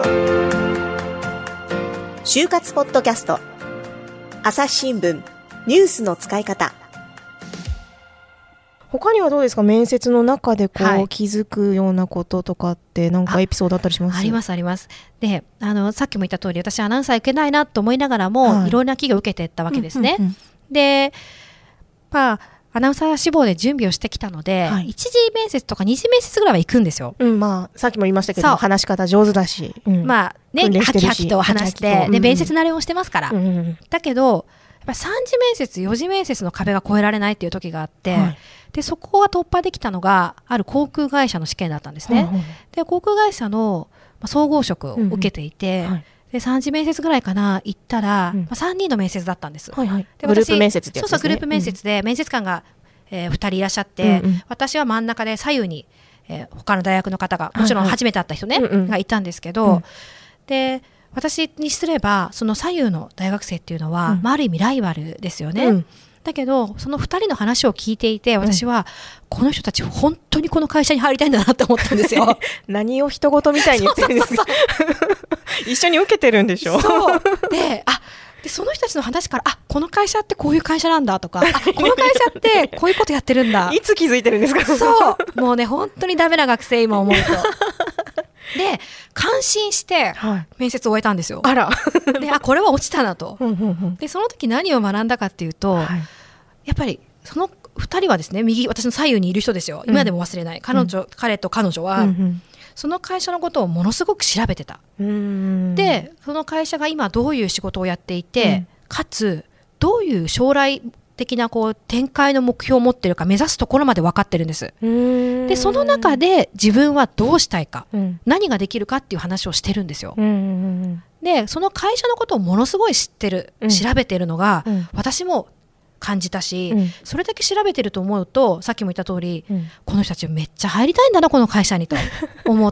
就活ポッドキャスト、朝日新聞ニュースの使い方。 他にはどうですか？面接の中で気づくようなこととかってなんかエピソードあったりします？ ありますあります。で、さっきも言った通り、私アナウンサー受けないなと思いながらも、いろんな企業を受けていったわけですね。で、アナウンサー志望で準備をしてきたので、一次面接とか二次面接ぐらいは行くんですよ。 さっきも言いましたけど、話し方上手だし、 ハキハキと話して、で面接慣れをしてますから。だけどやっぱ3次面接4次面接の壁が越えられないっていう時があって、でそこが突破できたのがある航空会社の試験だったんですね。で航空会社の総合職を受けていて、で3次面接ぐらいかな行ったら、3人の面接だったんです。 グループ面接ってやつですね。 そうそう、グループ面接で面接官が、2人いらっしゃって、私は真ん中で左右に、他の大学の方がもちろん初めて会った人ね、がいたんですけど、で私にすればその左右の大学生っていうのは、ある意味ライバルですよね。だけどその2人の話を聞いていて、私はこの人たち本当にこの会社に入りたいんだなって思ったんですよ。 何を人事みたいに言ってるんですか？一緒に受けてるんでしょ。 そうで、その人たちの話から、この会社ってこういう会社なんだとか、この会社ってこういうことやってるんだ。 いつ気づいてるんですか？ そうもうね、本当にダメな学生今思うと。で感心して面接を終えたんですよ。でこれは落ちたなと。でその時何を学んだかっていうと、やっぱりその2人はですね、私の左右にいる人ですよ。今でも忘れない。彼と彼女は、その会社のことをものすごく調べてた。でその会社が今どういう仕事をやっていて、かつどういう将来的な展開の目標を持っているか、目指すところまで分かってるんです。でその中で自分はどうしたいか、何ができるかっていう話をしてるんですよ。でその会社のことをものすごい知ってる、調べてるのが、私も感じたし、それだけ調べてると思うと、さっきも言った通り、この人たちめっちゃ入りたいんだなこの会社にと思って、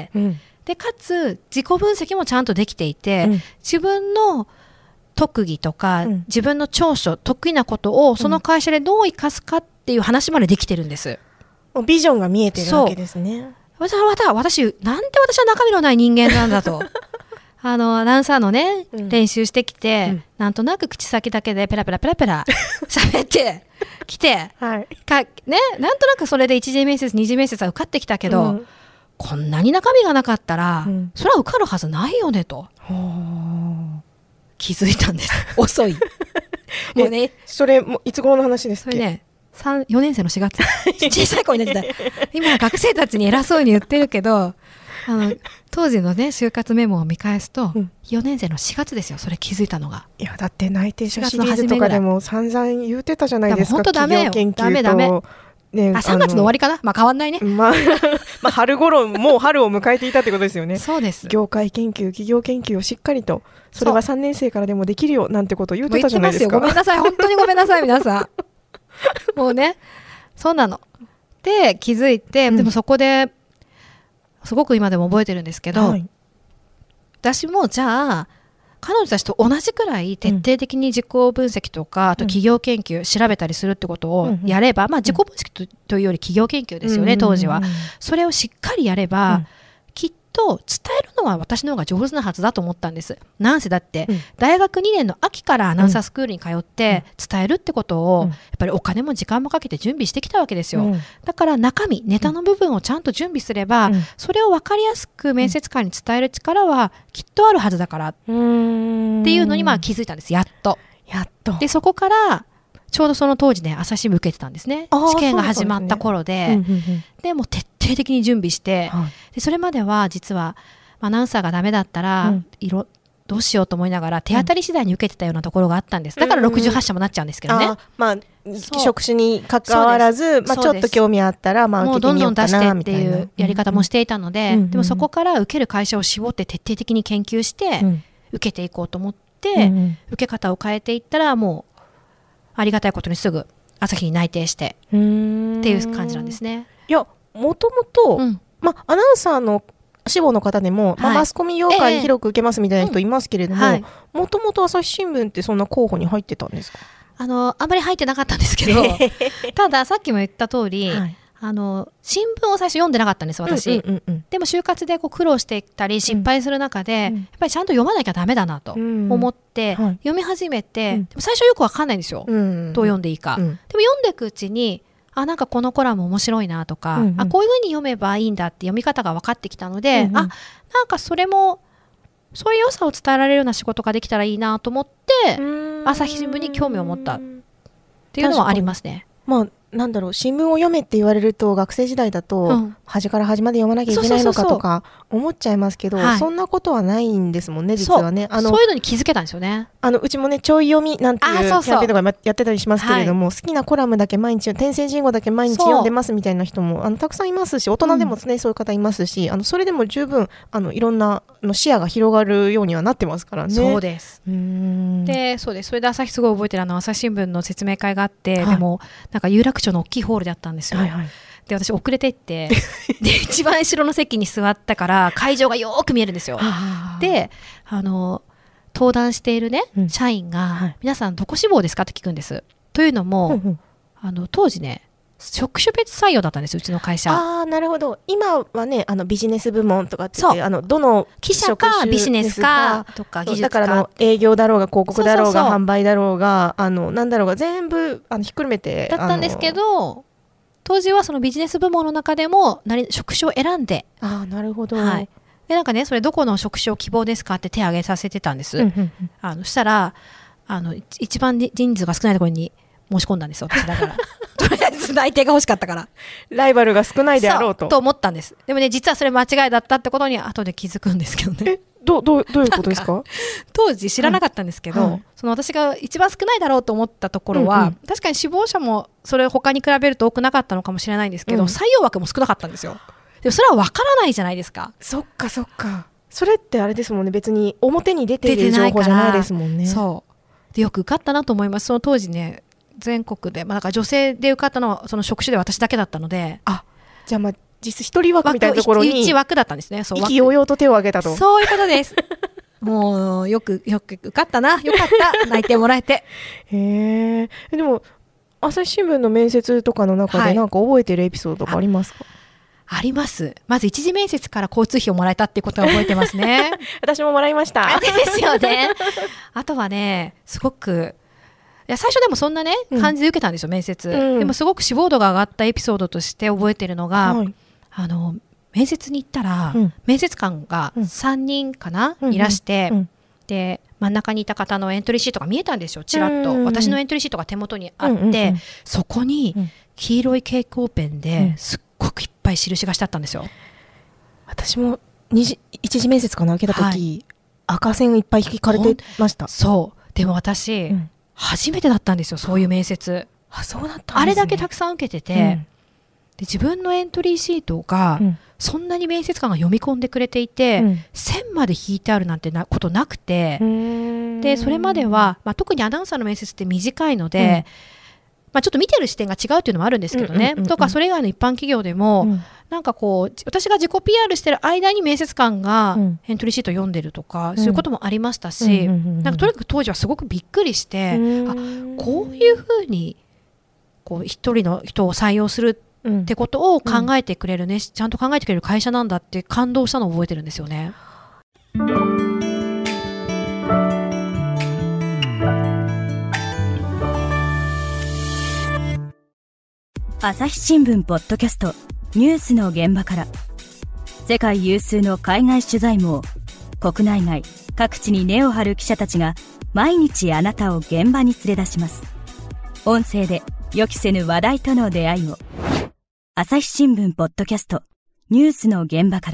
でかつ自己分析もちゃんとできていて、自分の特技とか、自分の長所得意なことをその会社でどう生かすかっていう話までできてるんです。 ビジョンが見えてるわけですね。 私なんで私は中身のない人間なんだと。アナウンサーのね、練習してきて、なんとなく口先だけでペラペラ喋ってきて、ね、なんとなくそれで一次面接二次面接は受かってきたけど、こんなに中身がなかったら、それは受かるはずないよねと気づいたんです。遅い。もうね、 それもいつ頃の話ですか？ それね、4年生の4月。小さい子になってた。今学生たちに偉そうに言ってるけど、当時のね就活メモを見返すと、4年生の4月ですよ、それ気づいたのが。 いやだって内定者シリーズとかでも散々言ってたじゃないですか。 本当ダメよ、ダメ。ね、3月の終わりかな、変わんないね。 春頃、もう春を迎えていたってことですよね。 そうです。 業界研究、企業研究をしっかりと、それは3年生からでもできるよなんてことを言ってたじゃないですか。 ごめんなさい、本当にごめんなさい皆さん。もうね、そうなの。で気づいて、でもそこですごく今でも覚えてるんですけど、私もじゃあ彼女たちと同じくらい徹底的に自己分析とか、あと企業研究調べたりするってことをやれば、自己分析というより企業研究ですよね、当時は。それをしっかりやれば、きっと伝えるのは私の方が上手なはずだと思ったんです。なんせだって、大学2年の秋からアナウンサースクールに通って伝えるってことを、やっぱりお金も時間もかけて準備してきたわけですよ。だから中身、ネタの部分をちゃんと準備すれば、それを分かりやすく面接官に伝える力はきっとあるはずだからっていうのに気づいたんです。やっと。でそこからちょうどその当時ね、朝日新聞受けてたんですね。試験が始まった頃で、でもう徹底的に準備して、でそれまでは実はアナウンサーがダメだったら、どうしようと思いながら手当たり次第に受けてたようなところがあったんです。だから68社もなっちゃうんですけどね。 職種に関わらず、ちょっと興味あったら、 もうどんどん出してっていうやり方もしていたので、でもそこから受ける会社を絞って徹底的に研究して、受けていこうと思って、受け方を変えていったら、もうありがたいことにすぐ朝日に内定してっていう感じなんですね。 いや、もともとアナウンサーの志望の方でも、マスコミ業界広く受けますみたいな人いますけれども、もともと朝日新聞ってそんな候補に入ってたんですか？ あんまり入ってなかったんですけどたださっきも言った通り、 新聞を最初読んでなかったんです私、でも就活でこう苦労していったり失敗する中で、やっぱりちゃんと読まなきゃダメだなと思って、読み始めて、でも最初よくわかんないんですよ、どう読んでいいか、でも読んでいくうちになんかこのコラム面白いなとか、こういうふうに読めばいいんだって読み方が分かってきたので、なんかそれもそういう良さを伝えられるような仕事ができたらいいなと思って朝日新聞に興味を持ったっていうのはありますね。 まあなんだろう、新聞を読めって言われると学生時代だと、端から端まで読まなきゃいけないのかとか思っちゃいますけど、そんなことはないんですもんね実はね。 そういうのに気づけたんですよね。 うちもねちょい読みなんていうキャンペーンとかやってたりしますけれども、好きなコラムだけ毎日天聖人語だけ毎日読んでますみたいな人もたくさんいますし、大人でもね、そういう方いますし、それでも十分いろんな視野が広がるようにはなってますからね。 そうです。でそうです。それで朝日すごい覚えてる朝日新聞の説明会があって、でもなんか有楽町の大きいホールであったんですよ。で私遅れて行ってで一番後ろの席に座ったから会場がよく見えるんですよ。で登壇しているね、社員が、皆さんどこ志望ですかって聞くんです。というのも、当時ね職種別採用だったんですうちの会社。 なるほど。今はねビジネス部門とかってどの記者かビジネスかとか技術か、 だから営業だろうが広告だろうが販売だろうがなんだろうが全部ひっくるめてだったんですけど、当時はそのビジネス部門の中でも職種を選んで、 なるほど、 でなんかねそれどこの職種を希望ですかって手を挙げさせてたんです。そしたら一番人数が少ないところに申し込んだんです私だからとりあえず内定が欲しかったからライバルが少ないであろうと思ったんです。でもね実はそれ間違いだったってことに後で気づくんですけどね。 どういうことですか？ 当時知らなかったんですけど、その私が一番少ないだろうと思ったところは、確かに志望者もそれ他に比べると多くなかったのかもしれないんですけど、採用枠も少なかったんですよ。でもそれは分からないじゃないですか。 そっかそっか。それってあれですもんね、別に表に出ている情報じゃないですもんね。 そうでよく受かったなと思います。その当時ね全国で、だから女性で受かったのはその職種で私だけだったので、 じゃあ実質一人枠みたいなところに 1枠だったんですね。 意気揚々と手を挙げたと。 そういうことですもうよく受かったな、よかった内定もらえてでも朝日新聞の面接とかの中でなんか覚えてるエピソードとかありますか？ あります。まず一次面接から交通費をもらえたっていうことは覚えてますね私ももらいましたですよね。あとはねすごく最初でもそんなね感じで受けたんですよ、面接、でもすごく志望度が上がったエピソードとして覚えてるのが、面接に行ったら、面接官が3人かな、いらして、で真ん中にいた方のエントリーシートが見えたんですよちらっと、私のエントリーシートが手元にあって、そこに黄色い蛍光ペンですっごくいっぱい印がしてあったんですよ。 私も一次面接かな受けた時、赤線いっぱい引かれてました。 そうでも私、初めてだったんですよそういう面接。 そうだったんですね。 あれだけたくさん受けてて、で自分のエントリーシートが、そんなに面接官が読み込んでくれていて、線まで引いてあるなんてことなくて、でそれまでは、特にアナウンサーの面接って短いので、ちょっと見てる視点が違うっていうのもあるんですけどね、とかそれ以外の一般企業でも、なんかこう私が自己 PR してる間に面接官がエントリーシート読んでるとか、そういうこともありましたし、なんかとにかく当時はすごくびっくりして、こういうふうにこう一人の人を採用するってことを考えてくれるね、ちゃんと考えてくれる会社なんだって感動したのを覚えてるんですよね。 朝日新聞ポッドキャストニュースの現場から、世界有数の海外取材網、国内外各地に根を張る記者たちが毎日あなたを現場に連れ出します。音声で予期せぬ話題との出会いを。朝日新聞ポッドキャストニュースの現場から。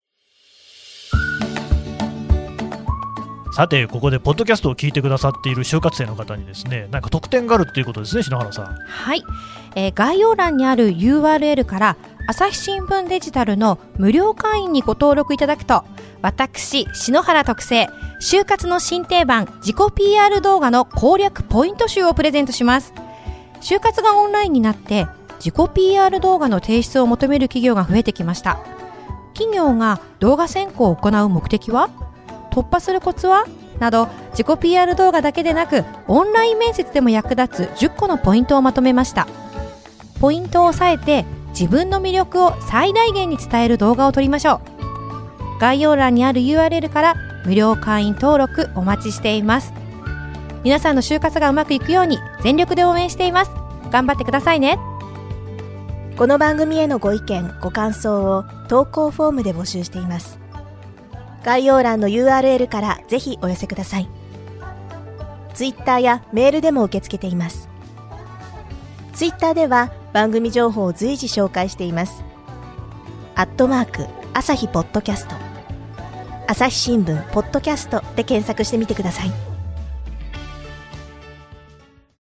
さてここでポッドキャストを聞いてくださっている就活生の方にですね、なんか特典があるっていうことですね、篠原さん。 はい、概要欄にある URL から朝日新聞デジタルの無料会員にご登録いただくと、私篠原特製就活の新定番自己 PR 動画の攻略ポイント集をプレゼントします。就活がオンラインになって自己 PR 動画の提出を求める企業が増えてきました。企業が動画選考を行う目的は、突破するコツはなど、自己 PR 動画だけでなくオンライン面接でも役立つ10個のポイントをまとめました。ポイントを押さえて自分の魅力を最大限に伝える動画を撮りましょう。概要欄にある URL から無料会員登録お待ちしています。皆さんの就活がうまくいくように全力で応援しています。頑張ってくださいね。 この番組へのご意見ご感想を投稿フォームで募集しています。概要欄の URL からぜひお寄せください。ツイッターやメールでも受け付けています。ツイッターでは番組情報を随時紹介しています。@朝日ポッドキャスト、朝日新聞ポッドキャストで検索してみてください。